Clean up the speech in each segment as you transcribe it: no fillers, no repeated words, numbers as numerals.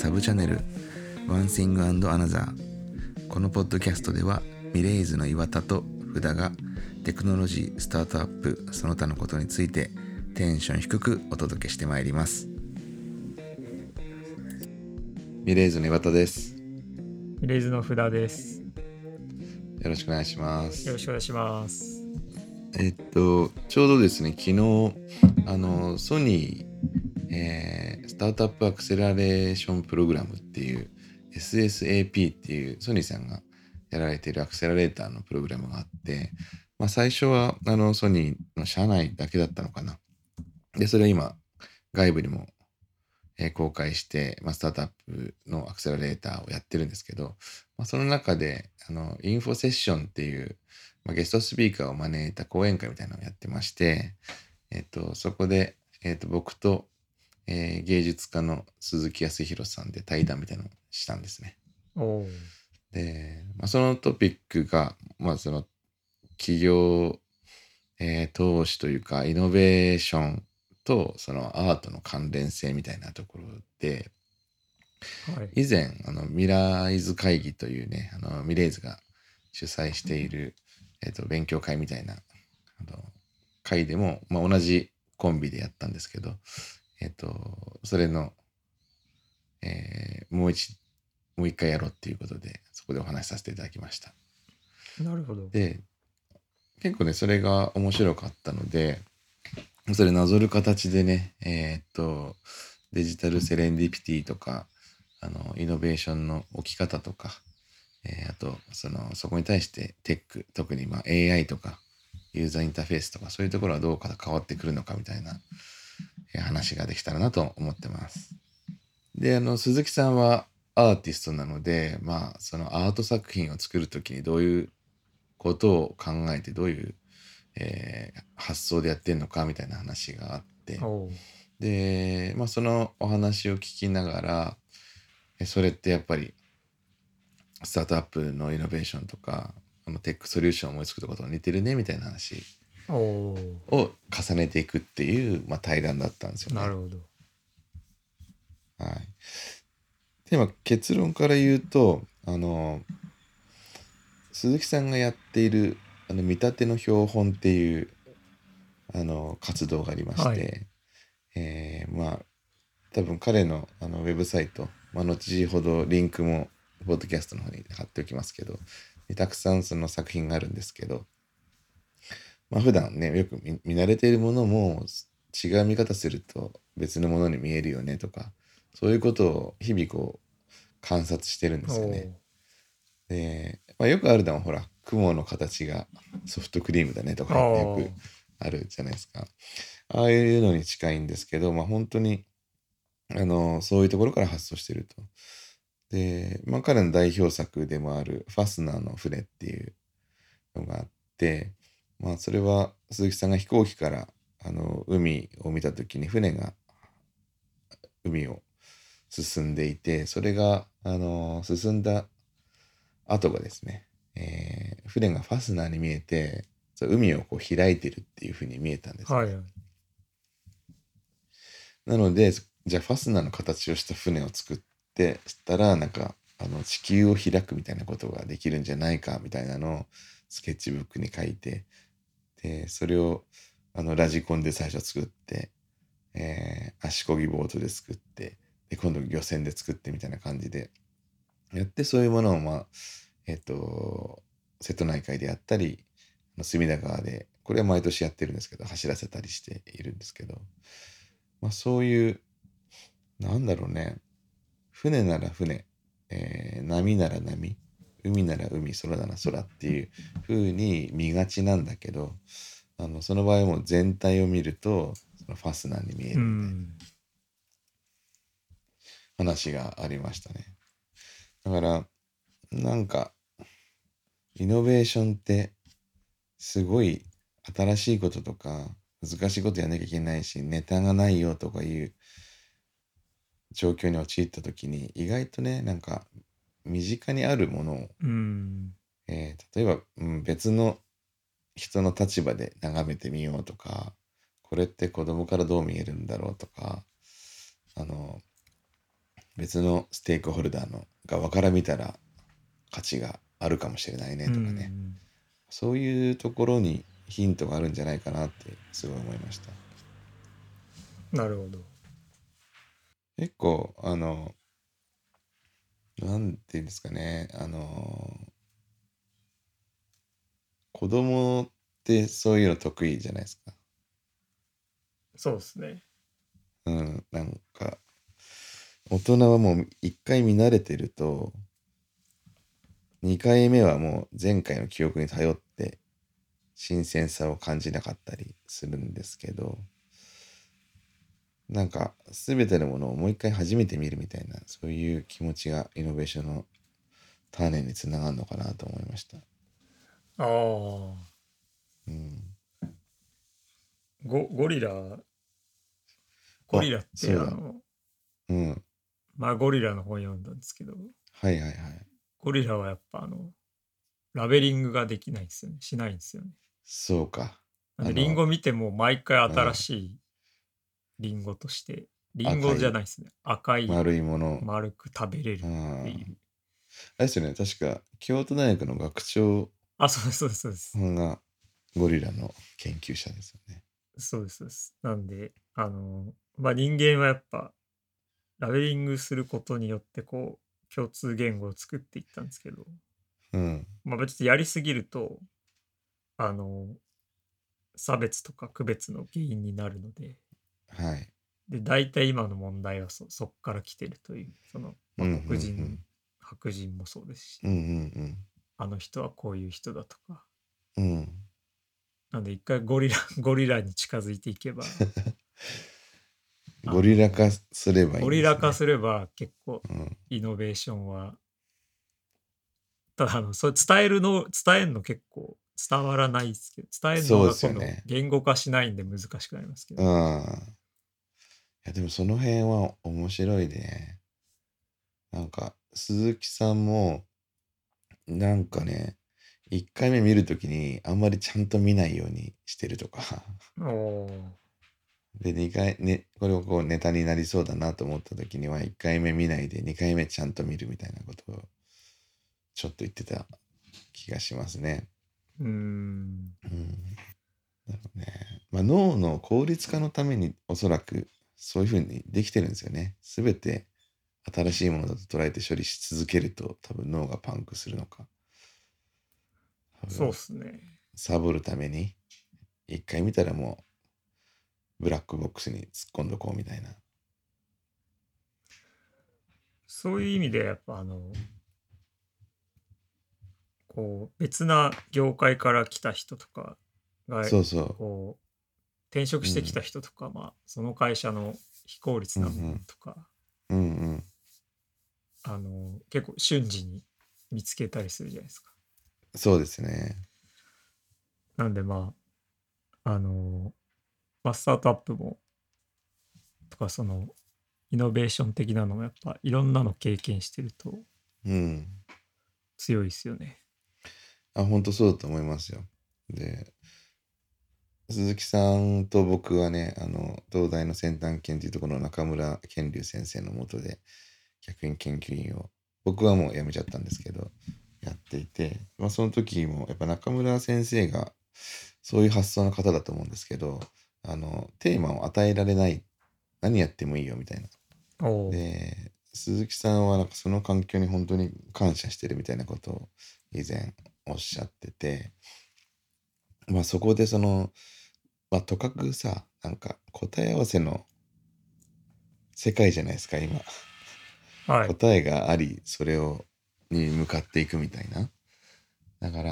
サブチャンネル One Thing and Another。 このポッドキャストではミレイズの岩田と福田がテクノロジー、スタートアップ、その他のことについてテンション低くお届けしてまいります。ミレイズの岩田です。 ミレイズの福田です。 よろしくお願いします。 よろしくお願いします。 ちょうどですね、昨日ソニー、スタートアップアクセラレーションプログラムっていう SSAP っていうソニーさんがやられているアクセラレーターのプログラムがあって、最初はソニーの社内だけだったのかな。で、それを今外部にも公開して、スタートアップのアクセラレーターをやってるんですけど、その中でインフォセッションっていう、ゲストスピーカーを招いた講演会みたいなのをやってまして、そこで、僕と、芸術家の鈴木康弘さんで対談みたいなのをしたんですね。で、そのトピックが、その企業、投資というかイノベーションとそのアートの関連性みたいなところで、以前ミライズ会議というね、ミレイズが主催している、勉強会みたいな会でも、同じコンビでやったんですけど、それの、もう一回やろうっていうことで、そこでお話しさせていただきました。 なるほど。 で、結構ね、それが面白かったので、それなぞる形でね、デジタルセレンディピティとか、イノベーションの起き方とか、あとそこに対してテック、特にAI とかユーザーインターフェースとかそういうところはどう変わってくるのかみたいな話ができたらなと思ってます。で、鈴木さんはアーティストなので、そのアート作品を作るときにどういうことを考えて、どういう、発想でやってんのかみたいな話があって、で、そのお話を聞きながら、それってやっぱりスタートアップのイノベーションとかテックソリューションを思いつくとこと似てるねみたいな話を重ねていくっていう、対談だったんですよね。 なるほど。 はい。で、結論から言うと鈴木さんがやっている見立ての標本っていう活動がありまして、多分彼のウェブサイト、後ほどリンクもポッドキャストの方に貼っておきますけど、たくさんその作品があるんですけど、普段ねよく 見慣れているものも違う見方すると別のものに見えるよねとか、そういうことを日々こう観察してるんですよね。で、よくあるのはほら雲の形がソフトクリームだねとかよくあるじゃないですか。ああいうのに近いんですけど、本当にそういうところから発想してると。で、彼の代表作でもあるファスナーの船っていうのがあって、それは鈴木さんが飛行機から海を見た時に船が海を進んでいて、それが進んだ跡がですね、船がファスナーに見えて海をこう開いてるっていう風に見えたんですね。なのでじゃあファスナーの形をした船を作ってしたら地球を開くみたいなことができるんじゃないかみたいなのをスケッチブックに書いて、でそれをラジコンで最初作って、足漕ぎボートで作って、で今度漁船で作ってみたいな感じでやって、そういうものを瀬戸内海でやったり隅田川で、これは毎年やってるんですけど走らせたりしているんですけど、そういうなんだろうね、船なら船、波なら波、海なら海、空なら空っていう風に見がちなんだけど、その場合も全体を見るとそのファスナーに見えるみたいな話がありましたね。だからイノベーションってすごい新しいこととか難しいことやんなきゃいけないし、ネタがないよとかいう状況に陥った時に、意外とね身近にあるものを、例えば、別の人の立場で眺めてみようとか、これって子供からどう見えるんだろうとか、 別のステークホルダーの側から見たら価値があるかもしれないねとかね、そういうところにヒントがあるんじゃないかなってすごい思いました。 なるほど。 結構なんていうんですかね、子供ってそういうの得意じゃないですか。 そうですね。 なんか大人はもう一回見慣れてると2回目はもう前回の記憶に頼って新鮮さを感じなかったりするんですけど、なんか全てのものをもう一回初めて見るみたいな、そういう気持ちがイノベーションの種につながるのかなと思いました。 ああ、 うん。 ゴリラ、ゴあ、 リラってそうだ。うん。 まあゴリラの本読んだんですけど、 はいはいはい。 ゴリラはやっぱラベリングができないんですよね。しないんですよね。 そうか。 なんでリンゴ見ても毎回新しうん。 いリンゴとして、リンゴじゃ赤いないですね。赤い丸いもの。 丸く食べれるうっていん。 う。 あれですよね。確か京都大学の学長あ、そうです、そうです、そうです。 がゴリラの研究者ですよね。 そうです、そうです。なんで、まあ人間はやっぱラベリングすることによってこう共通言語を作っていったんですけど、 うん。 まあ別にやりすぎると、あの、差別とか区別の原因になるので、 はい。 で、大体今の問題はそっから来てるという、まあ、 うんうん黒人、白人もそうですし、 うん。うんうんあの人はこういう人だとか、 うん。うん。 なんで一回ゴリラに近づいていけば、あゴリラの、 化すればいいゴリラ化んですね。 すれば結構うん。 イノベーションは、ただそれ伝えるの結構伝わらないですけど、伝えるのそうでが今度すよね。 言語化しないんで難しくなりますけど。 うん。いやでもその辺は面白いね。なんか鈴木さんもなんかね、1回目見るときにあんまりちゃんと見ないようにしてるとかおお、 で、2回、ね、これをこうネタになりそうだなと思ったときには、1回目見ないで2回目ちゃんと見るみたいなことをちょっと言ってた気がしますね。 うーん、 うん。なるほどね。まあ、脳の効率化のためにおそらくそういうふうにできてるんですよね。すべて新しいものだと捉えて処理し続けると多分脳がパンクするのか。多そうっ分すね。 サボるために1回見たらもうブラックボックスに突っ込んどこうみたいな。 そういう意味でやっぱこう別な業界から来た人とかがそうそこう転職う。うしてきたん。 人とか、まあその会社の非効率な部分うんとか、 うん。うんうん。 結構瞬時に見つけたりするじゃないですか。 そうですね。 なんでまあまあ、スタートアップもとかイノベーション的なのもやっぱいろんなの経験してるとうん。 強いですよね。 本当そうだと思いますよ。で、鈴木さんと僕はね、東大の先端研というところの中村健隆先生のもとで、客員研究員を、僕はもう辞めちゃったんですけど、やっていて、まあ、その時も、やっぱ中村先生が、そういう発想の方だと思うんですけど、テーマを与えられない、何やってもいいよみたいな。 おお。 で、鈴木さんはなんかその環境に本当に感謝してるみたいなことを以前おっしゃってて、まあそこでまあとかくさ、なんか答え合わせの世界じゃないですか、今。 はい。 答えがあり、それに向かっていくみたいな。だから、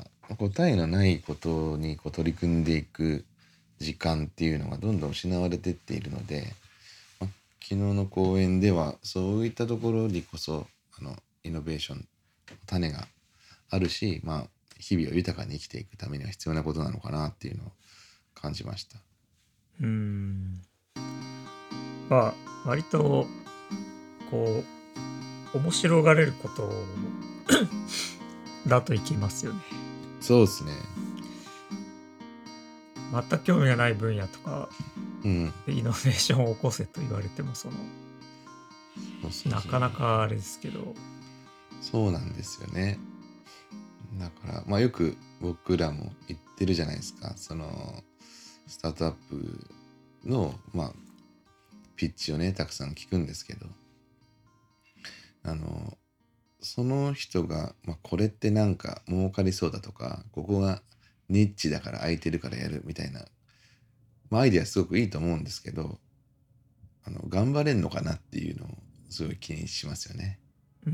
答えのないことにこう取り組んでいく時間っていうのがどんどん失われてっているので、まあ昨日の講演ではそういったところにこそ、イノベーション、種があるし、まあ、日々を豊かに生きていくためには必要なことなのかなっていうのを感じました。 うーん。まあ割とこう面白がれることだといけますよね。 そうですね。 全く興味がない分野とかうん。 でイノベーションを起こせと言われてもそうそうそうなかなかあれですけど。 そうなんですよね。だからまあよく僕らも言ってるじゃないですか。そのスタートアップのまあピッチをねたくさん聞くんですけど、あのその人が、まあ、これってなんか儲かりそうだとか、ここがニッチだから空いてるからやるみたいな、まあ、アイデアすごくいいと思うんですけど、頑張れんのかなっていうのをすごい気にしますよね。 うん。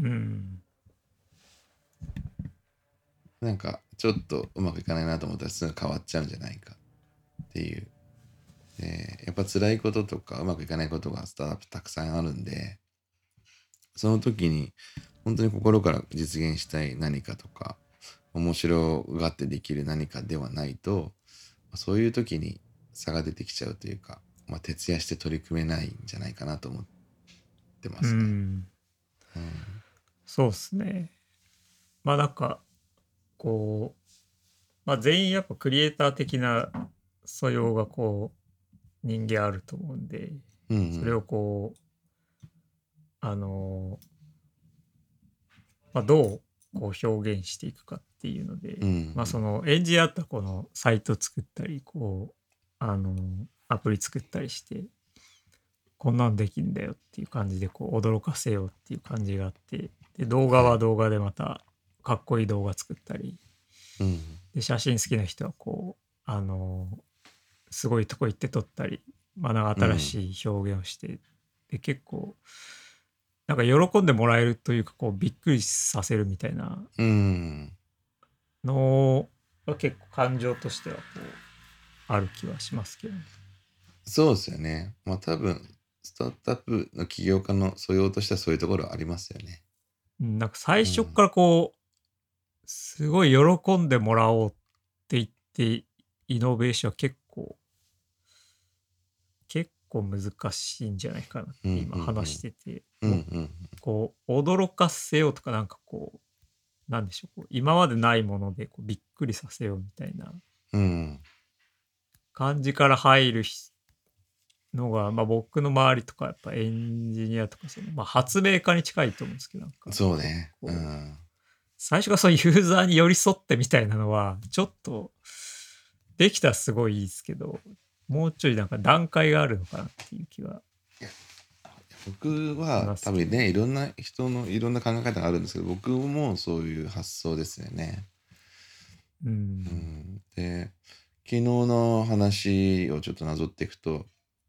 なんかちょっとうまくいかないなと思ったらすぐ変わっちゃうんじゃないかっていう。やっぱ辛いこととかうまくいかないことがスタートアップたくさんあるんで、その時に本当に心から実現したい何かとか、面白がってできる何かではないと、そういう時に差が出てきちゃうというか、まあ、徹夜して取り組めないんじゃないかなと思ってまうすね。 ん。 うん。 そうですね。まあなんか、こう、まあ全員やっぱクリエイター的な素養が人間あると思うんで、 うんうそれをん。 あのまあ、どう表現していくかっていうので、 うんうまあ、そん。 のエンジニアだったらこのサイト作ったりあのアプリ作ったりしてこんなんできんだよっていう感じで驚かせようっていう感じがあって、で動画はい。 は動画でまたかっこいい動画作ったり、 うん。 で写真好きな人はすごいとこ行って撮ったり、まあ、なんかうん。 新しい表現をして、で結構なんか喜んでもらえるというかびっくりさせるみたいなうん。 のが結構感情としてはある気はしますけどね。 そうですよね。まあ多分、スタートアップの起業家の素養としてはそういうところはありますよね。 うんなんか最うん。 初からすごい喜んでもらおうって言ってイノベーションは結構難しいんじゃないかなっうんうて今話しんてて、 うん。うんうん。 驚かせようとかなんかなんでしょう、今までないものでびっくりさせようみたいなうん。 感じから入るのが、まあ、僕の周りとかやっぱエンジニアとかまあ、発明家に近いと思うんですけど、なんか結そうね。う構ん。 最初からそういうユーザーに寄り添ってみたいなのはちょっとできたらすごいいいですけど、もうちょいなんか段階があるのかなっていう気は僕しはますけどね。 多分ね、いろんな人のいろんな考え方があるんですけど、僕もそういう発想ですよね。 うん。 うん、で、昨日の話をちょっとなぞっていくと、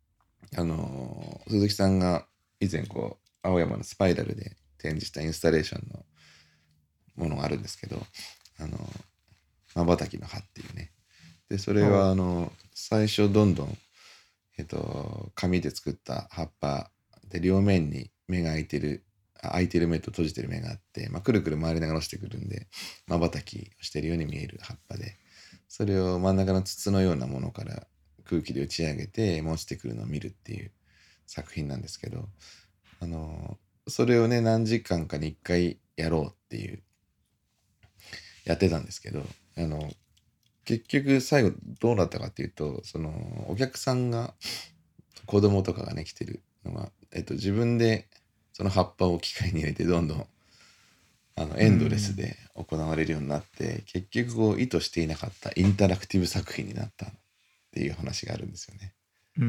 鈴木さんが以前青山のスパイラルで展示したインスタレーションのものがあるんですけど、あの、瞬きの葉っていうね。で、それはお最初どんどん、紙で作った葉っぱで両面に目が開いてる目と閉じてる目があって、まあ、くるくる回りながら落ちてくるんで、瞬きをしてるように見える葉っぱで、それを真ん中の筒のようなものから空気で打ち上げて落ちてくるのを見るっていう作品なんですけど、あの、それをね、何時間かに1回やろうっていう、やってたんですけど、あの、結局最後どうなったかっていうと、お客さんが子供とかがね来てるのが、自分でその葉っぱを機械に入れてどんどんうエンドレスん。 で行われるようになって、結局意図していなかったインタラクティブ作品になったっていう話があるんですよね。 うん。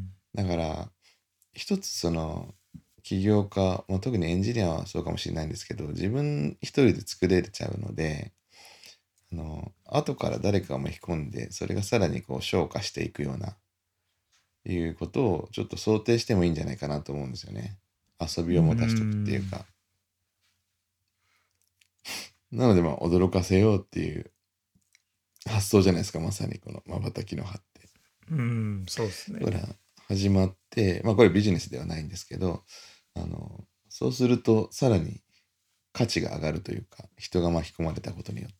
だから一つ起業家、まあ、特にエンジニアはそうかもしれないんですけど、自分一人で作れちゃうので、後から誰かが巻き込んで、それがさらに昇華していくようないうことをちょっと想定してもいいんじゃないかなと思うんですよね。遊うびを持たしとくっていうん。 か。なのでまあ驚かせようっていう発想じゃないですか、まさにこの瞬きの葉って。 うん。そうですね。 だから始まって、まあこれビジネスではないんですけど、そうするとさらに価値が上がるというか、人が巻き込まれたことによって、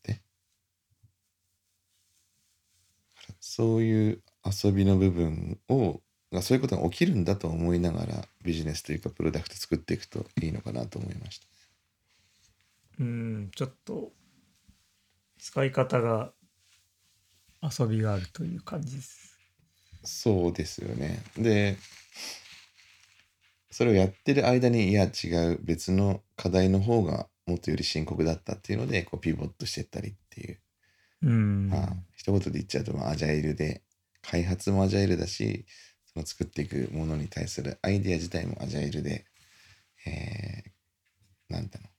そういう遊びの部分そういうことが起きるんだと思いながらビジネスというかプロダクト作っていくといいのかなと思いました。 うん。ちょっと使い方が遊びがあるという感じです。 そうですよね。で、 それをやってる間に、いや違う別の課題の方がもっとより深刻だったっていうので、こうピボットしてったりっていう。 うまあ、 ん。 一言で言っちゃうと、まあアジャイルで、開発もアジャイルだし、その作っていくものに対するアイデア自体もアジャイルで、なんていうの、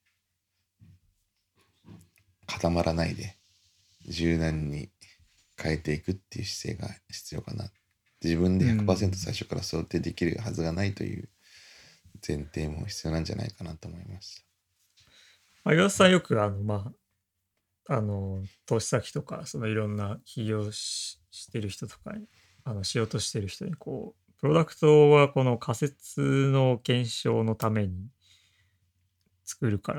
固まらないで、柔軟に変えていくっていう姿勢が必要かな。自分でう 100% ん。 最初から想定できるはずがないという前提も必要なんじゃないかなと思いまし岩田さんよく投資先とか、そのいろんな起業してる人とかに、しようとしてる人に、こう、プロダクトはこの仮説の検証のために作るから、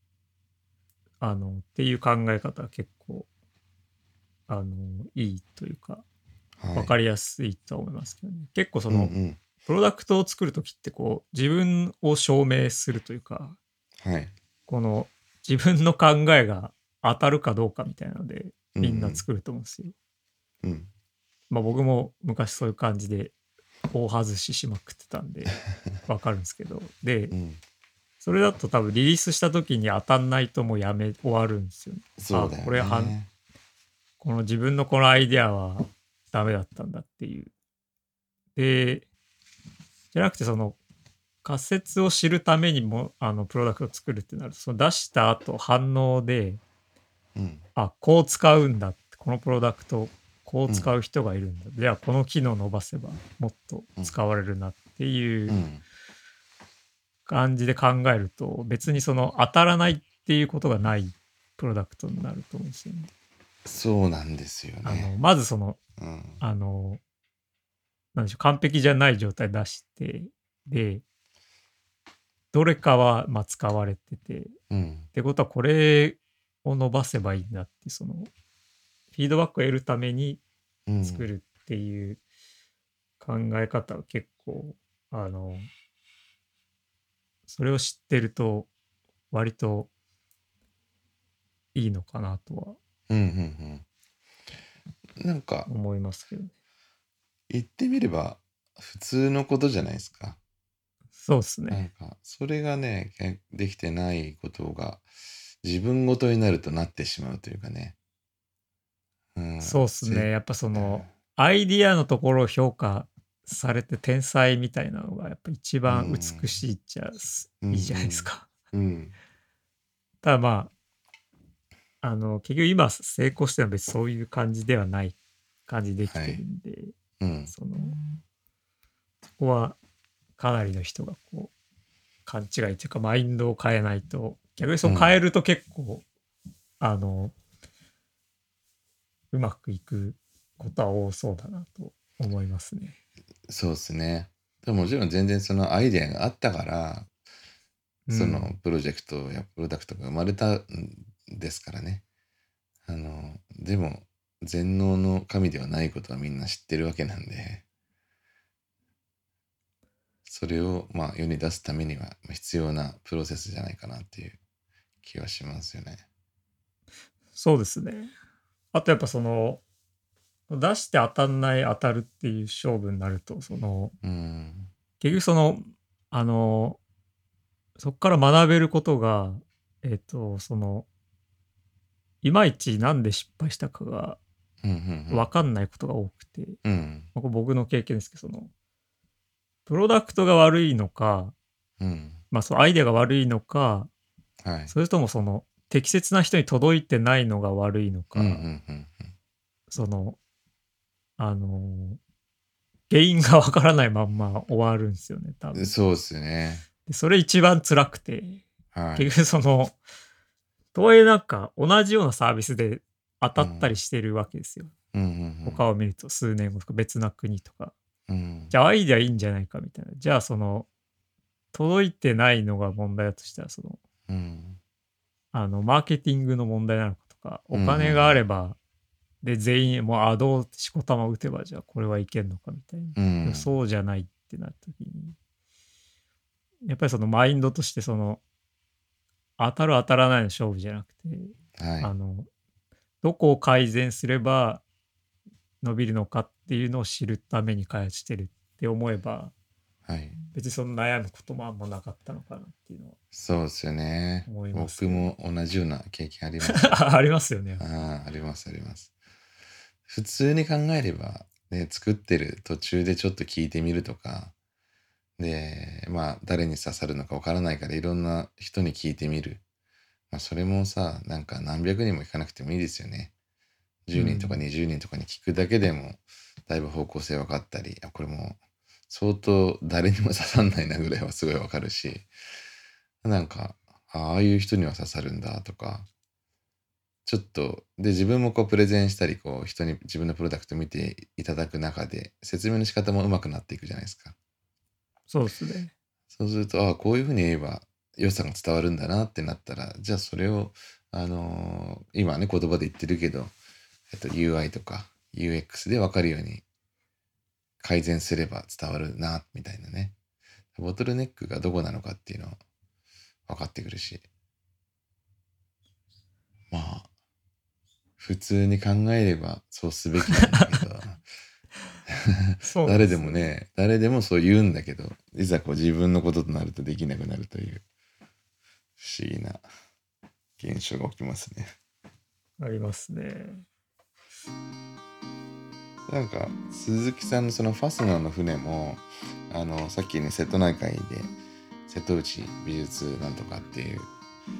っていう考え方は結構、いいというか、 た。はい。 分かりやすいとは思いますけどね。結構うんプロダクトを作るときってこう、自分を証明するというか、 うん。はい。 この自分の考えが当たるかどうかみたいなので、みんなうん作ると思うんですよ。 うん。うん。 まあ僕も昔そういう感じで大外ししまくってたんで、わかるんですけど。で、 うん。 それだと多分リリースした時に当たんないともう終わるんですよね。あ、 そうだよこれね。 この自分のこのアイデアはダメだったんだっていう。で、じゃなくて仮説を知るためにもプロダクトを作るってなると、その出した後反応で、 うん。 あ、こう使うんだって、このプロダクトこううん。 使う人がいるんだ、じゃあこの機能伸ばせばもっとうん。 使われるなっていううん。 感じで考えると、別にその当たらないっていうことがないプロダクトになると思うんですよね。 そうなんですよね。 まずうん。 あのなんでしょう、完璧じゃない状態出して、でどれかはまあ使われてて、っうん。 てことはこれを伸ばせばいいんだって、そのフィードバックを得るためにうん。 作るっていう考え方は結構それを知ってると割といいのかなとはうん。うん。なんか、 思いますけどね。 言ってみれば、普通のことじゃないですか。 そうですね。 なんか、それがね、できてないことが、自分ごとになるとなってしまうというかね。うん。 そうですね。やっぱアイディアのところを評価されて天才みたいなのがやっぱ一う番美ん。 しいっちゃうん。 いいじゃないですか。 うん。うん。 ただま結局今成功してるのは別にそういう感じではない感じできてるはい。 んで、 うん。 そこはかなりの人がこう勘違いというかマインドを変えないと、逆にうん。 変えると結構あのうまくいくことは多そうだなと思いますね。 そうですね。でももちろん全然そのアイデアがあったから、そのうん。 プロジェクトやプロダクトが生まれたんですからね。でも、全能の神ではないことはみんな知ってるわけなんで、それをまあ世に出すためには必要なプロセスじゃないかなっていう気はしますよね。 そうですね。あとやっぱ出して当たんない当たるっていう勝負になると、 うん。 結局あの、そこから学べることが、いまいちなんで失敗したかがうんうん分かんないことが多くて、 うん。うん。 これ僕の経験ですけど、プロダクトが悪いのか、 うん。 まあそのアイデアが悪いのか、 はい。 それとも適切な人に届いてないのが悪いのうんうか、 んうんその、あの、原因が分からないまんま終わるんですよね、多うん。 分。 そうですね。 でそれ一番辛くて、 はい。 結局とはいえなんか同じようなサービスで当たったうん。 りしてるわけですよ。 うんうん他を見ると数年後とか別な国とか。 うん。うん。 じゃあアイデアいいんじゃないかみたいな。じゃあ届いてないのが問題だとしたら、 うん。 マーケティングの問題なのかとか、 うんうんうお金があれん。 ば、で、全員、もう、どう、しこたま打てば、じゃあこれはいけんのかみたいな。 うでもん。 そうじゃないってなった時に、やっぱりマインドとして、当たる当たらないの勝負じゃなくて、 はい。 あの、どこを改善すれば伸びるのかっていうのを知るために開発してるって思えば、 はい。 別にその悩むこともあんまなかったのかなっていうのはそうですよね。 思います僕けど。 も同じような経験ありますよ。 ありますよね。 ああ、ありますあります。普通に考えれば、ね、作ってる途中でちょっと聞いてみるとか、で、まあ、誰に刺さるのかわからないからいろんな人に聞いてみる。まあ、それもさ、なんか何百人もいかなくてもいいですよね。10人とかうん。 20人とかに聞くだけでも、だいぶ方向性分かったり、これも相当誰にも刺さんないなぐらいはすごい分かるし、なんか、ああいう人には刺さるんだとか、ちょっと、で、自分もこうプレゼンしたり、こう人に自分のプロダクト見ていただく中で、説明の仕方も上手くなっていくじゃないですか。 そうですね。 そうすると、ああ、こういうふうに言えば良さが伝わるんだなってなったら、じゃあそれを、今ね、言葉で言ってるけど、UI とか UX で分かるように改善すれば伝わるな、みたいなね。ボトルネックがどこなのかっていうのは分かってくるし、まあ、普通に考えればそうすべきなんだけど、 そうなん誰ですよね。 でもね、誰でもそう言うんだけど、いざこう自分のこととなるとできなくなるという不思議な現象が起きますね。 ありますね。 なんか鈴木さんのそのファスナーの船もさっきね瀬戸内海で瀬戸内美術なんとかっていう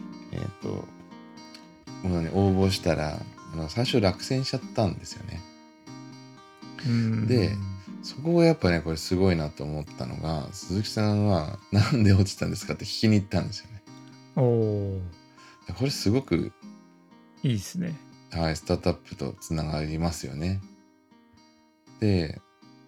ものに応募したら最初落選しちゃったんですよね。 うでん。 そこがやっぱねこれすごいなと思ったのが鈴木さんはなんで落ちたんですかって聞きに行ったんですよね。 おお、 これすごく、 いいですね。 はい、スタートアップとつながりますよね。で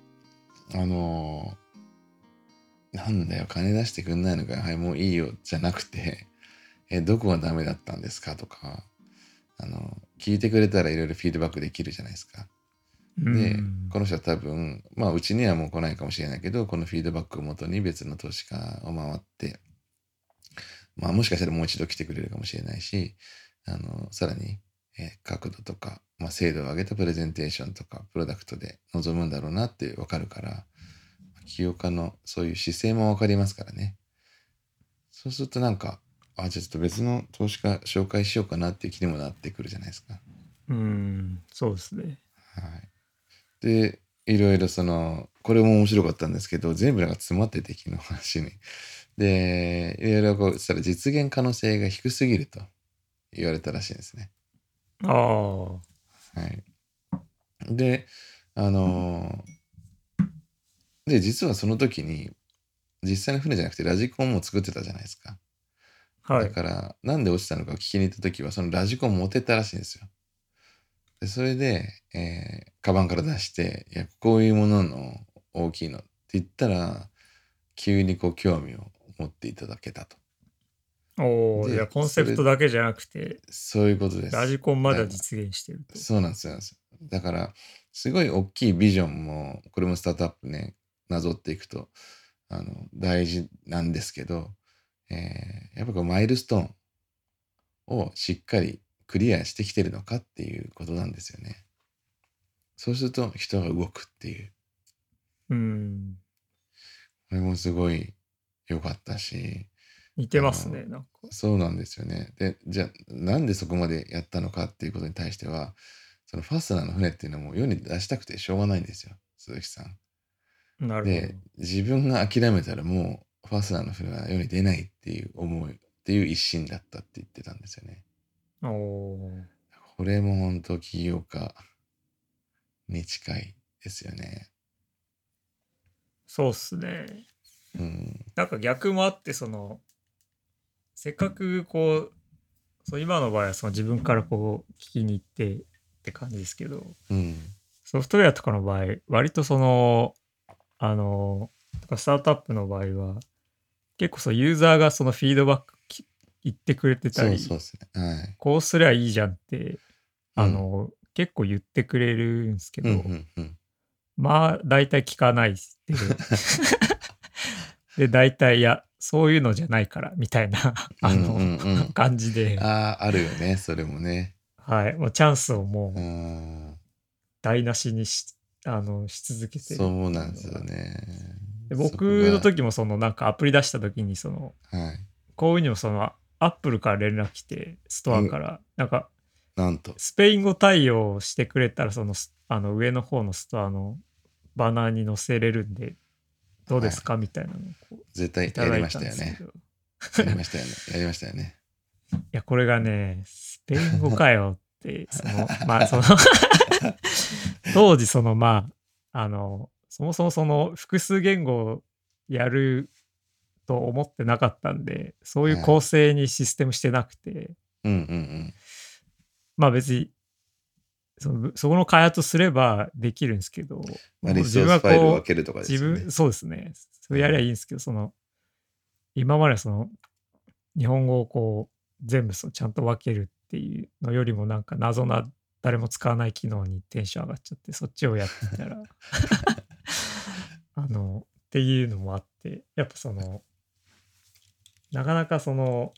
なんだよ金出してくんないのかよはいもういいよじゃなくてどこがダメだったんですかとか聞いてくれたらいろいろフィードバックできるじゃないですか。 うでん。 この人は多分まあうちにはもう来ないかもしれないけどこのフィードバックをもとに別の投資家を回ってまあもしかしたらもう一度来てくれるかもしれないしさらに、角度とか、まあ、精度を上げたプレゼンテーションとかプロダクトで臨むんだろうなって分かるから起業家のそういう姿勢も分かりますからね。そうするとなんかじゃあちょっと別の投資家紹介しようかなっていう気にもなってくるじゃないですか。 うん。そうですね。 はい。で、いろいろこれも面白かったんですけど、全部なんか詰まってて、昨日話に。で、いろいろこうしたら実現可能性が低すぎると言われたらしいんですね。 ああ。 はい。で、あので、実はその時に、実際の船じゃなくてラジコンも作ってたじゃないですか。 はい。 だから、なんで落ちたのかを聞きに行った時は、そのラジコン持ってったらしいんですよ。でそれで、カバンから出して、いや、こういうものの大きいのって言ったら、急にこう興味を持っていただけたと。 おお、じゃあで、 コンセプトだけじゃなくて、 そういうことです。 ラジコンまで実現してると。 そうなんですよ。だから、すごい大きいビジョンも、これもスタートアップね、なぞっていくと、大事なんですけど、やっぱこうマイルストーンをしっかりクリアしてきてるのかっていうことなんですよね。そうすると人が動くっていう。 うん。 これもすごい良かったし、 似てあの、 ますね、なんか。 そうなんですよね。で、じゃあ、なんでそこまでやったのかっていうことに対しては、そのファスナーの船っていうのも世に出したくてしょうがないんですよ、鈴木さん。 なるほど。 で、自分が諦めたらもうファスナーの船は世に出ないっていう思い、っていう一心だったって言ってたんですよね。 おお、 これも本当起業家に近いですよね。 そうっすね。 うん。 なんか逆もあって、せっかくこう、今の場合は自分からこう聞きに行ってって感じですけど、 うん。 ソフトウェアとかの場合、割とあの、とかスタートアップの場合は、結構ユーザーがそのフィードバック言ってくれてたり、 そうそうですね。はい。 こうすりゃいいじゃんって、 うん。 結構言ってくれるんですけうん、うど、 ん、うん。 まあ、大体聞かないで、で、大体、いや、そういうのじゃないから、みたいな、 うんうんうん。 感じで、 ああ、あるよね、それもね。 はい、もうチャンスをうもうん。 台無しにし続けてるっそうなんですよていうのが、 ね。 でそこ僕のが、 時もそのなんかアプリ出した時にそのはい。 こういうのもそのアップルから連絡来てストアかうん、 らなんかなんと。 スペイン語対応してくれたらその上の方のストアのバナーに載せれるんでどうではい。 すかみたいなのをこう絶対やりましいただいたんたよね。 ですけど、いやりましたよね。やりましたよね。 やこれがねスペイン語かよってそのまあその当時そのまあそもそもその複数言語をやると思ってなかったんでそういうはい。 構成にシステムしてなくて、 うんうんまあ別にそこの開発すればできるんですけど、 うん。まあ、リ自分はソースファイル分こうけるとかですよね。 そうですね、それやりゃいうん。 いんですけど、その今までその日本語をこう全部ちゃんと分けるっていうのよりもなんか謎な誰も使わない機能にテンション上がっちゃってそっちをやってたらっていうのもあってやっぱそのなかなかその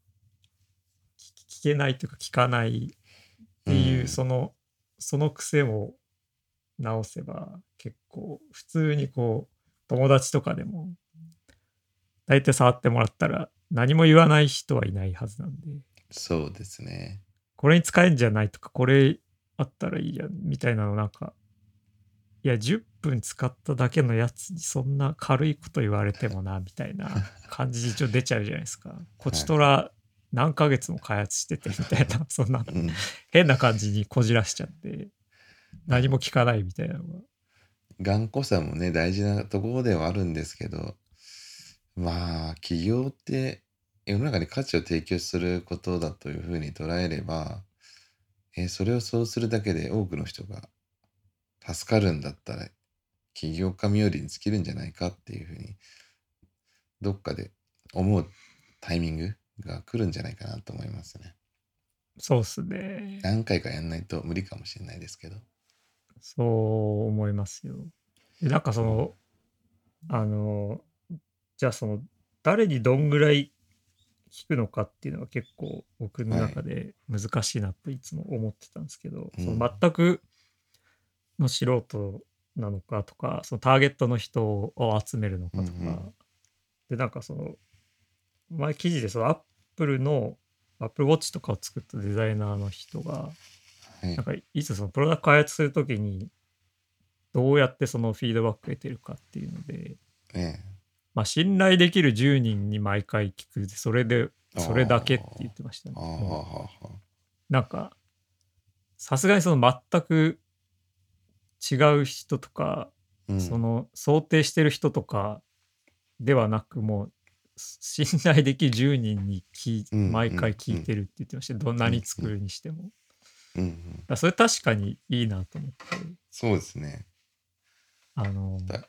聞けないというか聞かないっていううん。 その癖を直せば結構普通にこう友達とかでも大体触ってもらったら何も言わない人はいないはずなんで、 そうですね。 これに使えんじゃないとかこれあったらいいやみたいなのなんか、いや10分使っただけのやつにそんな軽いこと言われてもなみたいな感じ一応出ちゃうじゃないですか。こちはい。 とら何ヶ月も開発しててみたいなそんなうん。 変な感じにこじらしちゃってまあ、 何も聞かないみたいなのが。 頑固さもね、大事なところではあるんですけど、まあ、企業って世の中に価値を提供することだというふうに捉えれば、それをそうするだけで多くの人が助かるんだったら、起業家冥利に尽きるんじゃないかっていうふうに、どっかで思うタイミングが来るんじゃないかなと思いますね。 そうっすね。 何回かやんないと無理かもしれないですけど。 そう思いますよ。で、なんかそうん。 の、あの、じゃあその、誰にどんぐらい聞くのかっていうのが結構僕のはい。 中で難しいなっていつも思ってたんですけど、そのうん。 全くの素人なのかとか、そのターゲットの人を集めるのうんうかとか、 ん。 で、なんかその、前記事でそのアップルの、アップルウォッチとかを作ったデザイナーの人が、 はい。 なんかいつそのプロダクト開発するときに、どうやってそのフィードバックを得てるかっていうので、 ねまあ、信頼できる10人に毎回聞く、それで、 え。あそれだけって言ってましたね。 あ。ああ、はもう、 あはあはあ。 なんか、さすがにその全く違う人とか、 うん。 その想定してる人とかではなく、もう、信頼できる10人にうんう毎回んうん。 聞いてるって言ってました。どんなうんうん。 に作るにしても。だかうんうん。 らそれ確かにいいなと思って、 そうですね。 あの、 だ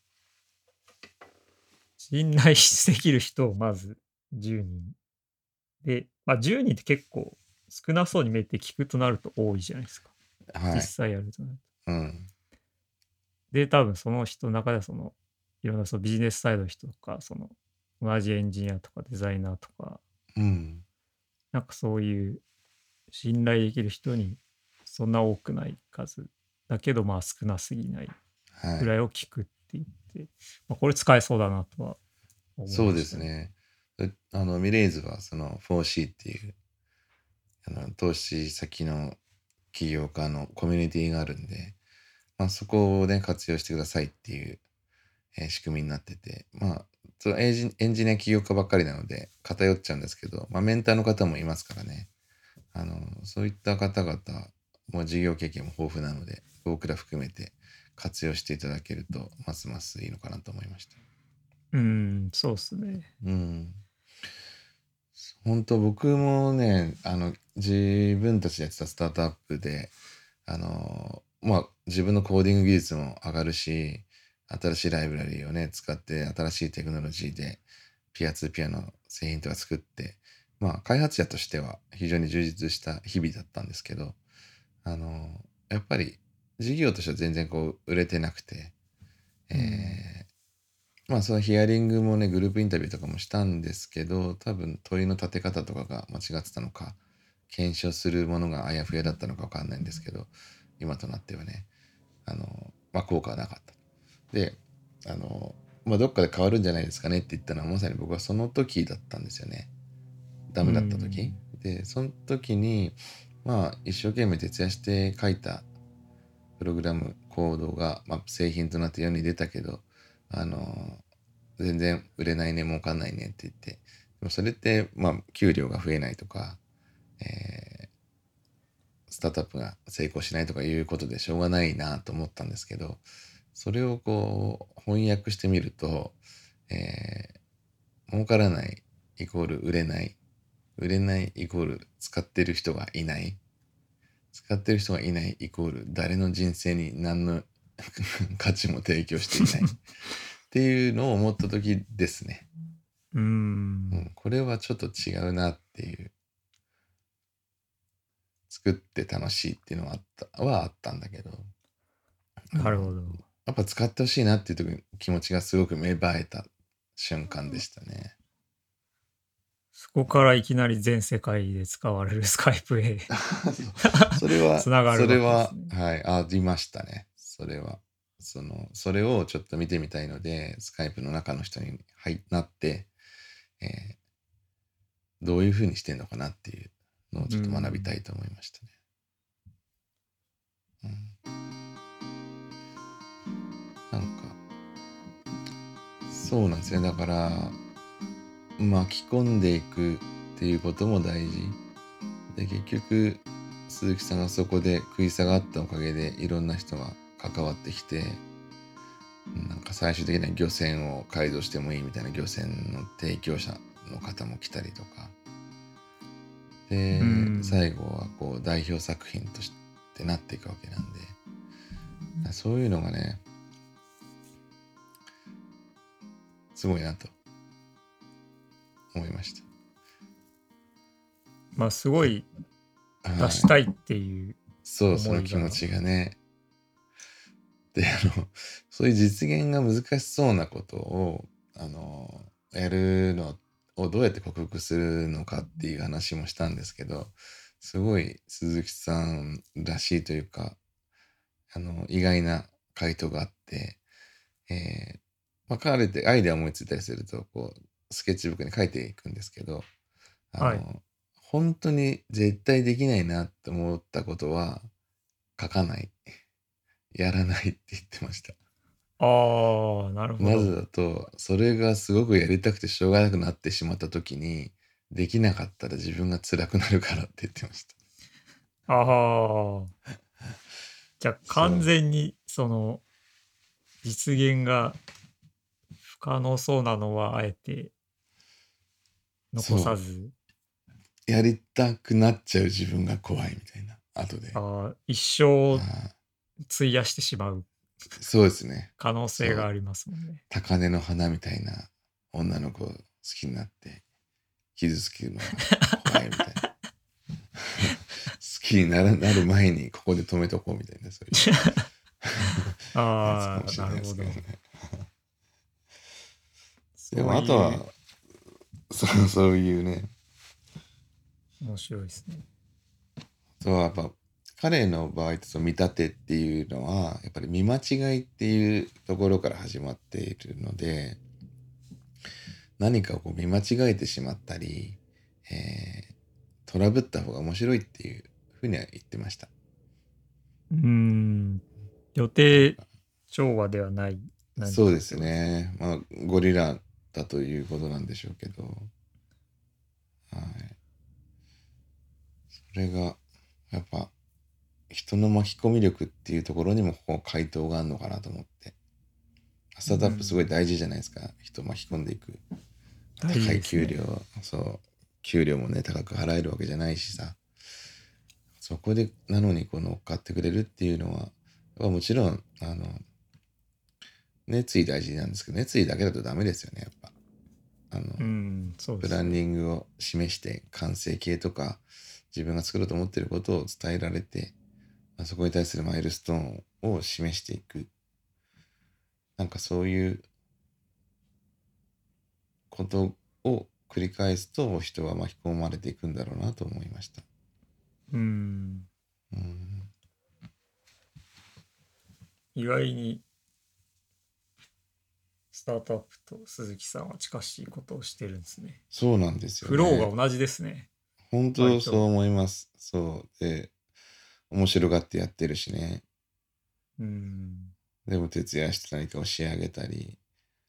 信頼できる人をまず10人で、まあ、10人って結構少なそうに見えて聞くとなると多いじゃないですか。実はい。 際やるとなると。 うん。 で、多分その人の中ではその、いろんなそのビジネスサイドの人とか、その、同じエンジニアとかデザイナーとか、 うん。 なんかそういう信頼できる人にそんな多くない数だけど、まあ少なすぎないはい。 ぐらいを聞くって言って、まあ、これ使えそうだなとは思いそうでましたね。 すね。ミレイズはその 4C っていう、投資先の起業家のコミュニティがあるんで、まあ、そこをね、活用してくださいっていう、仕組みになってて、まあ、そのエンジニア起業家ばっかりなので偏っちゃうんですけど、まあ、メンターの方もいますからね。そういった方々も事業経験も豊富なので、僕ら含めて活用していただけると、ますますいいのかなと思いました。 うん、そうっすね。 うん。本当僕もね、自分たちでやってたスタートアップで、まあ、自分のコーディング技術も上がるし、新しいライブラリーをね、使って新しいテクノロジーでピアツーピアの製品とか作って、まあ、開発者としては非常に充実した日々だったんですけど、やっぱり事業としては全然こう売れてなくて、 うん。 えまあそのヒアリングもね、グループインタビューとかもしたんですけど、多分問いの立て方とかが間違ってたのか、検証するものがあやふやだったのかわかんないんですけど、今となってはね、まあ効果はなかった。で、あの、 まあどっかで変わるんじゃないですかねって言ったのはまさに僕はその時だったんですよね。ダメだった時で、その時にまあ一生懸命徹夜して書いたプログラムコードが、まあ、製品となって世に出たけど、あの全然売れないね、儲かんないねって言って、でもそれってまあ給料が増えないとか、スタートアップが成功しないとかいうことでしょうがないなと思ったんですけど、それをこう翻訳してみると、儲からないイコール売れない、売れないイコール使ってる人がいない、使ってる人がいないイコール誰の人生に何の価値も提供していないっていうのを思った時ですね。これはちょっと違うなっていう、作って楽しいっていうのはあったんだけど、 なるほど。 やっぱ使ってほしいなっていう気持ちがすごく芽生えた瞬間でしたね。 そこからいきなり全世界で使われるスカイプへそれは、 つながるわけですね。 はい、ありましたね。それは。それをちょっと見てみたいので、スカイプの中の人になって、えどういうふうにしてんのかなっていうのをちょっと学びたいと思いましたね。なんか、そうなんですね。だから、巻き込んでいくっていうことも大事。で、結局、鈴木さんがそこで食い下がったおかげでいろんな人が関わってきて、なんか最終的には漁船を改造してもいいみたいな漁船の提供者の方も来たりとか。で、最後はこう代表作品としてなっていくわけなんで、そういうのがね、すごいなと思いました。 まあすごい出したいっていうそう、その気持ちがね。で、そういう実現が難しそうなことを、やるのをどうやって克服するのかっていう話もしたんですけど、すごい鈴木さんらしいというか、意外な回答があって、まあ、彼ってアイデア思いついたりすると、こう、スケッチブックに書いていくんですけど、 はい。 本当に絶対できないなって思ったことは書かない。やらないって言ってました。 ああ、なるほど。 なぜだと、それがすごくやりたくてしょうがなくなってしまった時に、できなかったら自分が辛くなるからって言ってました。 ああ。じゃあ完そう。 全にその実現が不可能そうなのはあえて残そう。 さず、 やりたくなっちゃう自分が怖いみたいな。後で。 一生あ費やしてしまうそうですね。 可能そう。 性がありますもんね。 高嶺の花みたいな女の子を好きになって傷つけるのが怖いみたいな。好きになる前にここで止めとこうみたいな、そういうやつかああ、 もしれなるほど。 ないですけどね。でそうもあとは、 いう、 そういうね、 面白いですね。 そうやっぱ彼の場合その見立てっていうのはやっぱり見間違いっていうところから始まっているので、何かをこう見間違えてしまったり、トラブった方が面白いっていうふうには言ってました。 予定調和ではない何かそうですってことですか。 ね。まあゴリラだということなんでしょうけど、はい。それがやっぱ人の巻き込み力っていうところにもこう回答があるのかなと思って。スタートアップすごい大事じゃないですか。人巻き込んでいく。 大事高いですね。 給料、そう、給料もね、高く払えるわけじゃないしさ。そこで、なのにこう乗っかってくれるっていうのは、やっぱもちろん、熱意大事なんですけど、熱意だけだとダメですよね、やっぱ。 そうでブランデすね。 ィングを示して、完成形とか、自分が作ろうと思っていることを伝えられて、そこに対するマイルストーンを示していく。なんかそういうことを繰り返すと人は巻き込まれていくんだろうなと思いました。 うん。 うん、 意外にタートアップと鈴木さんは近しいことをしてるんですね。 そうなんですよフローね。 が同じですね。 本当そう割と。 思います。そう。で、面白がってやってるしね。 うん。 でも徹夜して何かを仕上げたり、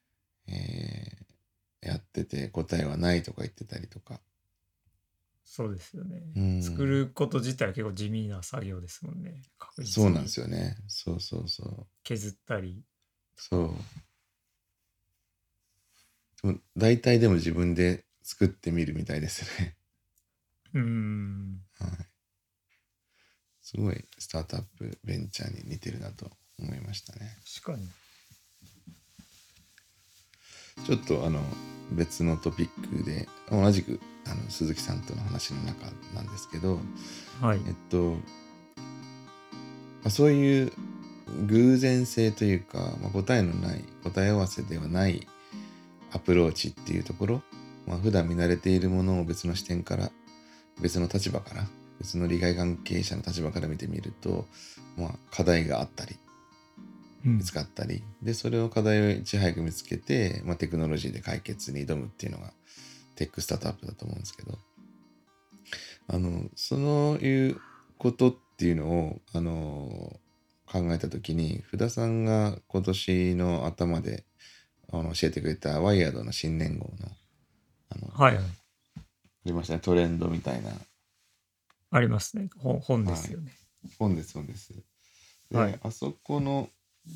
やってて答えはないとか言ってたりとか。 そうですよね。 う作ん。 ること自体は結構地味な作業ですもんね。確そうなんで実にすよね。そうそうそう。 削ったりとか。 そう。でも大体でも自分で作ってみるみたいですね。 うん。 はい。すごいスタートアップベンチャーに似てるなと思いましたね。 確かに。 ちょっと別のトピックで同じく鈴木さんとの話の中なんですけど、 はい。 そういう偶然性というか、答えのない答え合わせではないアプローチっていうところ、普段見慣れているものを別の視点から別の立場から別の利害関係者の立場から見てみると、課題があったり見つかったり、でそれを課題をいち早く見つけて、テクノロジーで解決に挑むっていうのがテックスタートアップだと思うんですけど、そういうことっていうのを考えた時に、福田さんが今年の頭で教えてくれたワイヤードの新年号のはいはい。 ありましたね、トレンドみたいな、 ありますね。本ではい、 すよね。 本ですはい。 で、あそこの、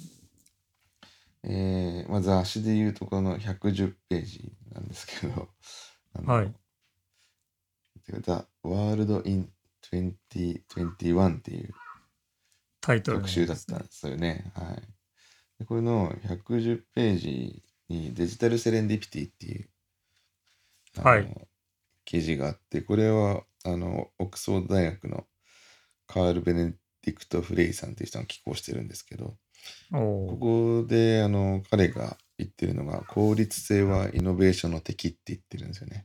雑誌でいうとこの110ページなんですけど、 はい。 The World in 2021っていうタイトルの特集だったんで本ですね。 すよね。はい。でこれの110ページにデジタルセレンディピティっていうはい。 記事があって、これはオックスフォード大学のカール・ベネディクト・フレイさんっていう人が寄稿してるんですけど、こおー。 こで彼が言ってるのが、効率性はイノベーションの敵って言ってるんですよね。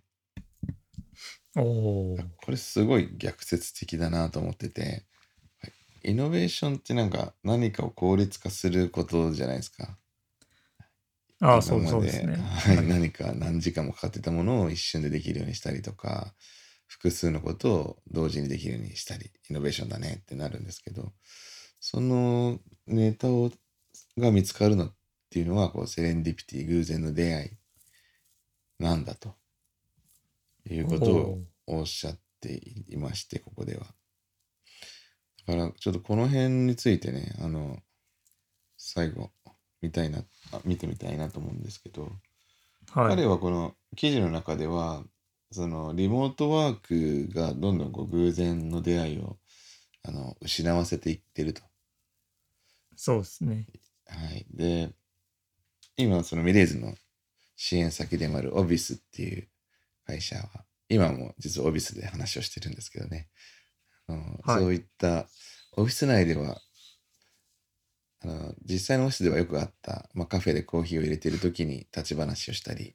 おー。 これすごい逆説的だなと思ってて、イノベーションってなんか何かを効率化することじゃないですか。 ああ、 今そうまで、 ですね。 はい、 はい。 何か何時間もかかってたものを一瞬でできるようにしたりとか、複数のことを同時にできるようにしたり、イノベーションだねってなるんですけど、そのネタが見つかるのっていうのは、セレンディピティ、偶然の出会いなんだということをおー。 おっしゃっていまして、ここでは。だからちょっとこの辺についてね、最後見てみたいなと思うんですけど、 はい。 彼はこの記事の中では、そのリモートワークがどんどん偶然の出会いを失わせていってると。 そうですね。 はい。で、今そのミレーズの支援先でもあるオビスっていう会社は、今も実はオフィスで話をしてるんですけどね、 はい。 そういったオフィス内では実際のオフィスではよくあった、カフェでコーヒーを入れている時に立ち話をしたり、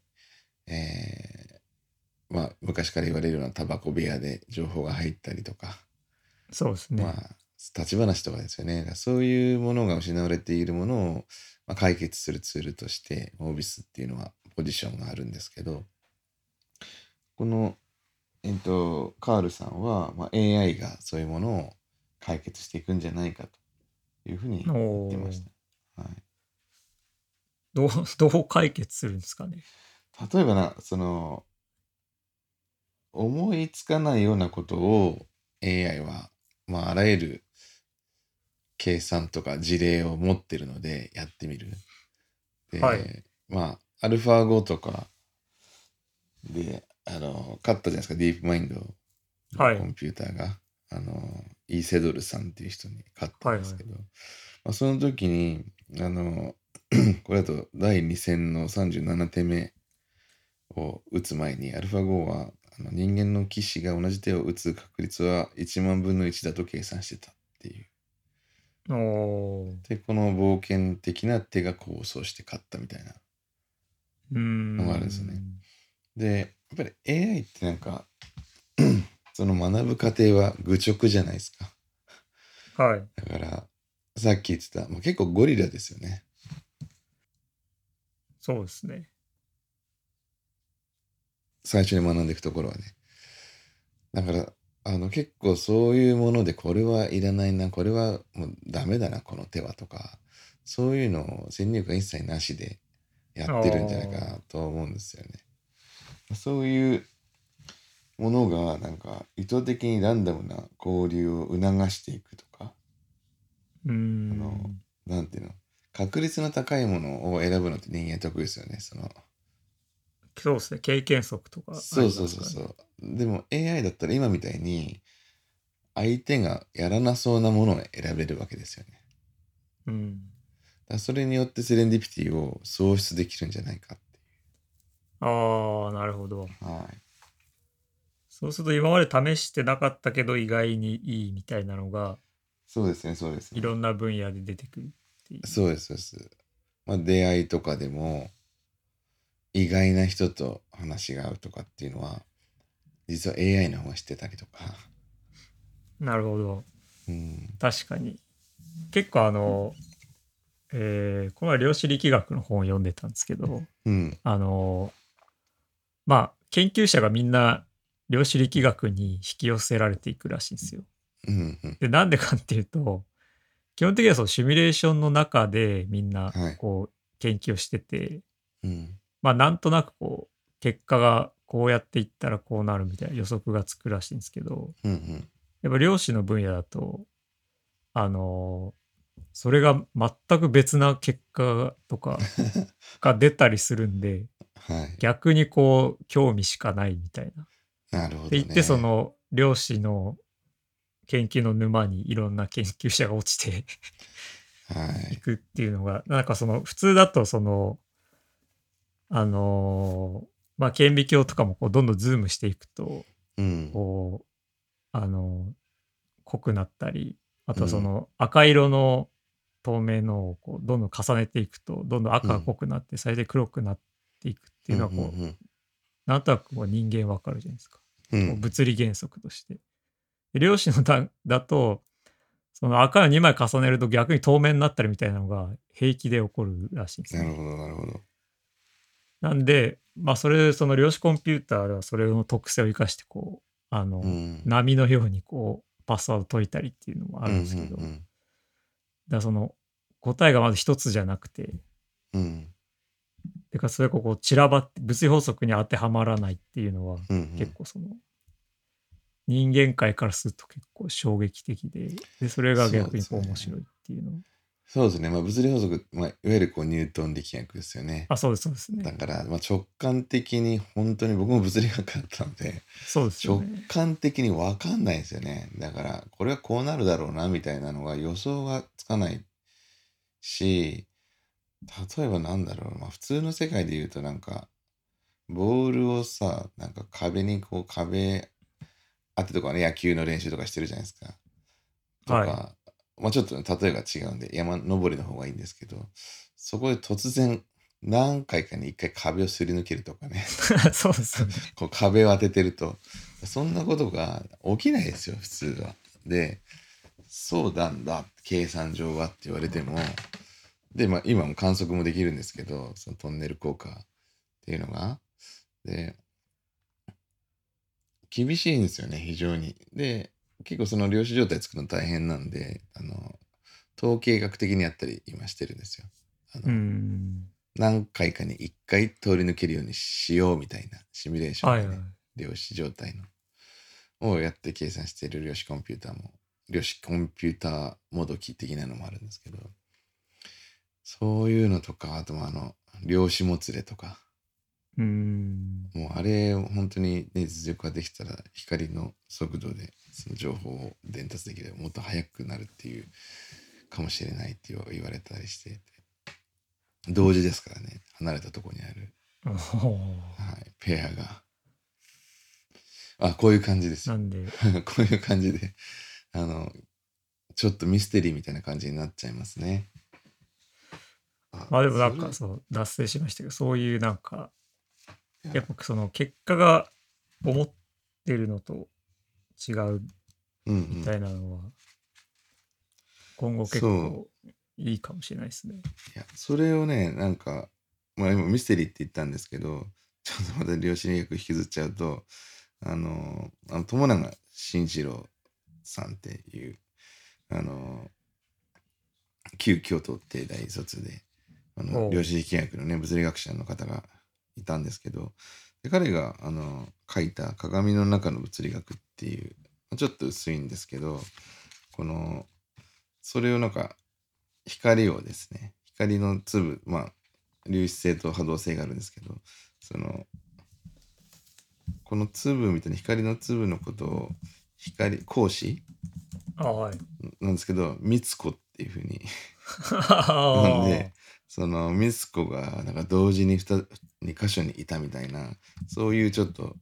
昔から言われるようなタバコ部屋で情報が入ったりとか、 そうですね。 立ち話とかですよね。そういうものが失われているものを、解決するツールとしてオフィスっていうのはポジションがあるんですけど、この、カールさんは、AI がそういうものを解決していくんじゃないかというふうにお言ってましー。 た。はい、 どう解決するんですかね。 例えば思いつかないようなことを AI は、あらゆる計算とか事例を持ってるのでやってみる。 はい。 で、アルファ語とかで、買ったじゃないですか、ディープマインドのはい。 コンピューターが、イーセドルさんっていう人に買ったんはい。はい。 ですけど、その時に、これだと第2戦の37手目を打つ前に、アルファ5は人間の騎士が同じ手を打つ確率は1万分の1だと計算してたっていう。 おー。 で、この冒険的な手が構想して勝ったみたいなうーのがあるんですよね。 ん。 で、やっぱり AI ってなんか、その学ぶ過程は愚直じゃないですか。 はい。 だから、さっき言ってた、結構ゴリラですよね。 そうですね。 最初に学んでいくところはね。だから、結構そういうもので、これはいらないな、これはもうダメだな、この手はとか、そういうのを先入観一切なしでやあってるんじゃないかあ、 なと思うんですよね。そういうものが、なんか、意図的にランダムな交流を促していくとか、 うーあの、 ん。 なんていうの、確率の高いものを選ぶのって人間得意ですよね。 そうですね。経験則とかあそうりそうそうそますからね。 う。でも AI だったら今みたいに相手がやらなそうなものを選べるわけですよね。 うん。 だからそれによってセレンディピティを創出できるんじゃないかってああ、なるほど。 いう。はい。 そうすると今まで試してなかったけど意外にいいみたいなのがそうですね、そうですね。 いろんな分野で出てくるっていう。 そうです、そうです。まあ出会いとかでも意外な人と話が合うとかっていうのは実は AI の方が知ってたりとか。 なるほど。 うん。 確かに。結構この前量子力学の本を読んでたんですけど、 うん。 あの、まあ、研究者がみんな量子力学に引き寄せられていくらしいんですよ。 うん。うん。 で、なんでかっていうと、基本的にはそのシミュレーションの中でみんなはい。 こう研究をしてて、 うん。 まあなんとなくこう結果がこうやっていったらこうなるみたいな予測がつくらしいんですけど、 うん。うん。 やっぱ量子の分野だと、あのそれが全く別な結果とかが出たりするんで、 はい。 逆にこう興味しかないみたいな。 なるほって言ってそどね。 の量子の研究の沼にいろんな研究者が落ちてはい。 いくっていうのが、なんかその普通だとその、まあ顕微鏡とかもこうどんどんズームしていくと、 うん。 こう、濃くなったり、あとはそうん。 の赤色の透明のをこうどんどん重ねていくと、どんどん赤がうん。 濃くなって、最終的に黒くなっていくってうん。ういうのはこう、 ん。 なんとなくこう人間わかるじゃないですか。こううん。 物理原則として。で量子のだと、その赤を2枚重ねると逆に透明になったりみたいなのが平気で起こるらしいんですね。 なるほど、なるほど。 なんで、まあその量子コンピューターではそれの特性を生かしてこう、 うん。 波のようにこう、パスワード解いたりっていうのもあうん。うるんですけど、だかん。 らその答えがまず一つじゃなくて、 うん。 でかそれがこう散らばって物理法則に当てはまらないっていうのはうん。うん。 結構その人間界からすると結構衝撃的で、それがそう逆にですね。 こう面白いっていうの。 そうですね。まあ、物理法則、まあ、いわゆるこうニュートン力学ですよね。 あ、そうです、そうですね。 だから、まあ、直感的に本当に僕も物理学だったので、 そうですよ直ね。 感的に分かんないですよね。だから、これはこうなるだろうな、みたいなのが予想がつかないし、例えばなんだろう、まあ、普通の世界で言うとなんか、ボールをさ、なんか壁にこう壁当てとかね、野球の練習とかしてるじゃないですか。とはい。 か、まあちょっと例えが違うんで、山登りの方がいいんですけど、そこで突然、何回かに一回壁をすり抜けるとかね、 そうですよね。 こう壁を当ててると、そんなことが起きないですよ、普通は。で、そうなんだ、計算上はって言われても、で、まあ今も観測もできるんですけど、そのトンネル効果っていうのが、で、厳しいんですよね、非常に。で、結構その量子状態作るの大変なんで、統計学的にやったり今してるんですよ。 うーん。 何回かに1回通り抜けるようにしようみたいなシミュレーションはいはい。 でね、量子状態のをやって計算している量子コンピューターも、量子コンピューターもどき的なのもあるんですけど、そういうのとか、あとも量子もつれとか、 うーん。 もうあれ本当にね、実力ができたら光の速度でその情報を伝達できればもっと速くなるっていうかもしれないって言われたりしていて、同時ですからね、離れたところにある、 おーはい、ペアが。あ、こういう感じですよ。 なんで、 こういう感じで、あの、ちょっとミステリーみたいな感じになっちゃいますね。あ、 まあでもなんそれ、いかそう、脱線しましたけど、そういうなんか、やっや、 ぱその結果が思ってるのと違ううんうん。 みたいなのは、今後結そう。 構いいかもしれないですね。 いや、それをね、なんか、 まあ今ミステリーって言ったんですけど、ちょっとまた量子力学引きずっちゃうと、友永慎一郎さんっていう、あの、旧京都帝大卒で、量子力学のね、物理学者の方がいたんですけど、で彼が書いた鏡の中の物理学っていう、ちょっと薄いんですけど、それをなんか光をですね、光の粒、まあ粒子性と波動性があるんですけど、この粒みたいな光の粒のことを光子はい。 なんですけど、みつこっていうふうに呼んあで、みつこがなんか同時に2箇所にいたみたいな、そういうちょっと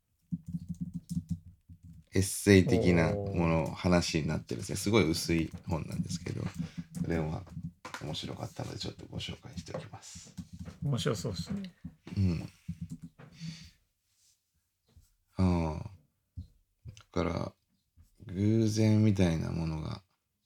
エッセイ的なもの話になってるんですね。すごい薄い本なんですけど、これは面白かったのでちょっとご紹介しておきます。 面白そうですね。 うん。ああ。だから偶然みたいなものが、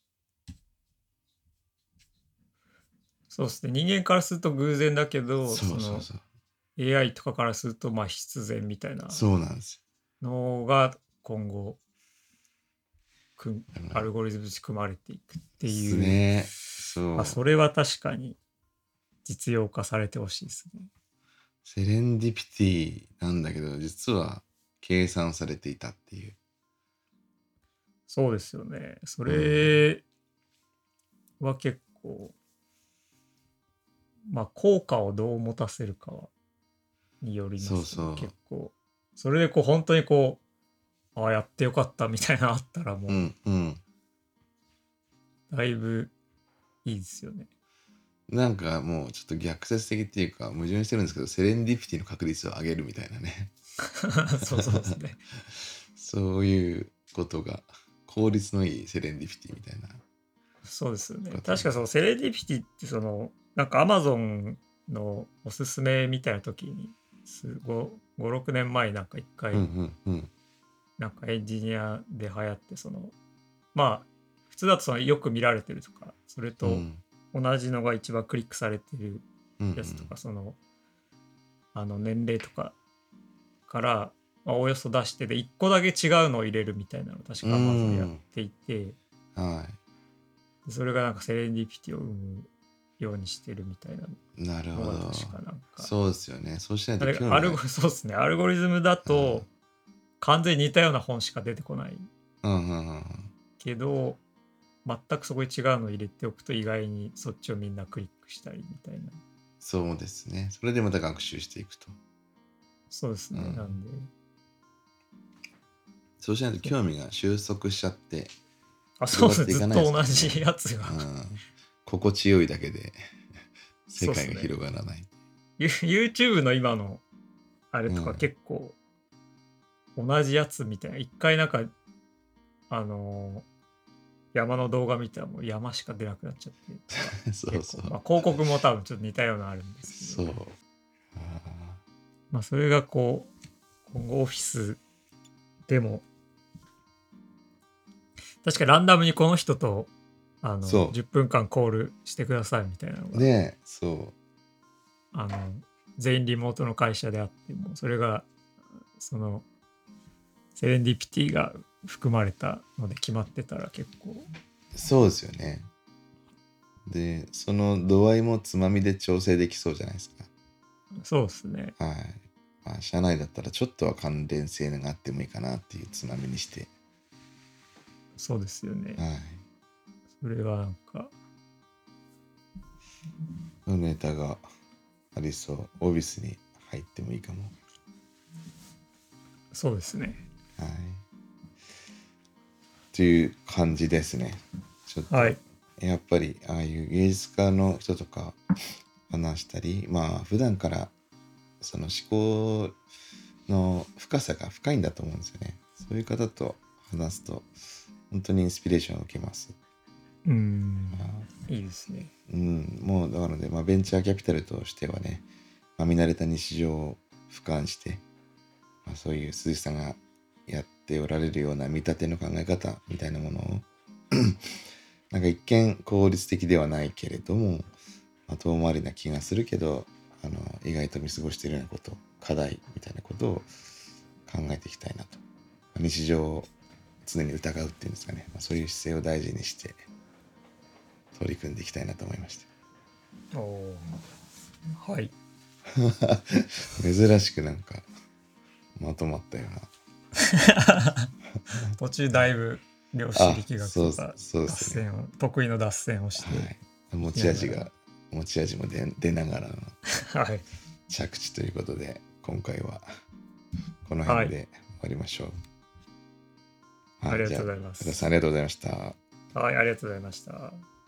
そうですね。人間からすると偶然だけど、 そうそうそう。 AI とかからするとまあ必然みたいなそうなんですのが今後よ。 アルゴリズムで組まれていくってですいう、 ね。そう。 それは確かに実用化されてほしいですね。 セレンディピティなんだけど、実は計算されていたっていう。 そうですよね。そうん、 れは結構、まあ効果をどう持たせるかによりますね。 そうそう。 結構。それでこう本当にこう、ああやってよかったみたいなのあったらもう、 うんうん。 だいぶいいですよね。 なんかもうちょっと逆説的っていうか矛盾してるんですけど、セレンディピティの確率を上げるみたいなね。 そうそうですね。 そういうことが、効率のいいセレンディピティみたいなそうですよね。 こと確かそのセレンディピティってなんかアマゾンのおすすめみたいな時に、5、6年前になんか一うん回、 うんうん。 なんかエンジニアで流行って、まあ、普通だとよく見られてるとか、それとうん同じのが一番クリックされてるうんうんやつとか、年齢とかから、まあ、おおよそ出してで、1個だけ違うのを入れるみたいなのを確うか Amazon やっん。 ていて、 はそれがなんかセレンディピティを生むようにしてるみたいない。なるほど。 のが確かなんか。 そうですよね。そうしないとあれ興味ない。 そうですね。アルゴリズムだと完全に似たような本しか出てこないうんうんうん。 けど、全くそこに違うのを入れておくと意外にそっちをみんなクリックしたりみたいな。 そうですね。それでまた学習していくと。 そうですね。なんで。 そうしないと興味が収束しちゃって、 そうですね。 広がっていずっかないですからね。 と同じやつが。 心地よいだけで世そうですね。 界が広がらない。 YouTube の今のあれとか結構同じやつみたいな。一回なんか、山の動画見たらもう山しか出なくなっちゃってそうそう。 まあ、広告も多分ちょっと似たようなのあるんですけど、 そう。 まあそれがこう今後オフィスでも確かランダムにこの人とそ 10分間コールしてくださいみたいなのう。 が、 ねえ、そう。 全員リモートの会社であってもそれがそのセレンディピティが含まれたので決まってたら結構そうですよね。で、その度合いもつまみで調整できそうじゃないですか。 そうですね。 はい。まあ、社内だったらちょっとは関連性があってもいいかなっていうつまみにして。 そうですよね。 はい。 それはなんかのネタがありそう。オフィスに入ってもいいかも。 そうですね。 はい。という感じですね。ちょっと、 はい。 やっぱりああいう芸術家の人とか話したり、まあ普段からその思考の深さが深いんだと思うんですよね。そういう方と話すと本当にインスピレーションを受けます。 いいですね。 もうなので、ベンチャーキャピタルとしてはね、見慣れた日常を俯瞰して、そういう鈴木さんがやっておられるような見立ての考え方みたいなものをなんか一見効率的ではないけれども、遠回りな気がするけど意外と見過ごしているようなこと、課題みたいなことを考えていきたいなと。日常を常に疑うっていうんですかね、そういう姿勢を大事にして取り組んでいきたいなと思いました。 おー、はい。 珍しくなんかまとまったような。 途中だいぶ量子力学とかそうですね。 得意の脱線をして、 はい、持ち味も出ながらのはい、 着地ということで、今回はこの辺で終わりましょう。 はい、ありがとうございます。 じゃあ、福田さんありがとうございました。 はい、ありがとうございました。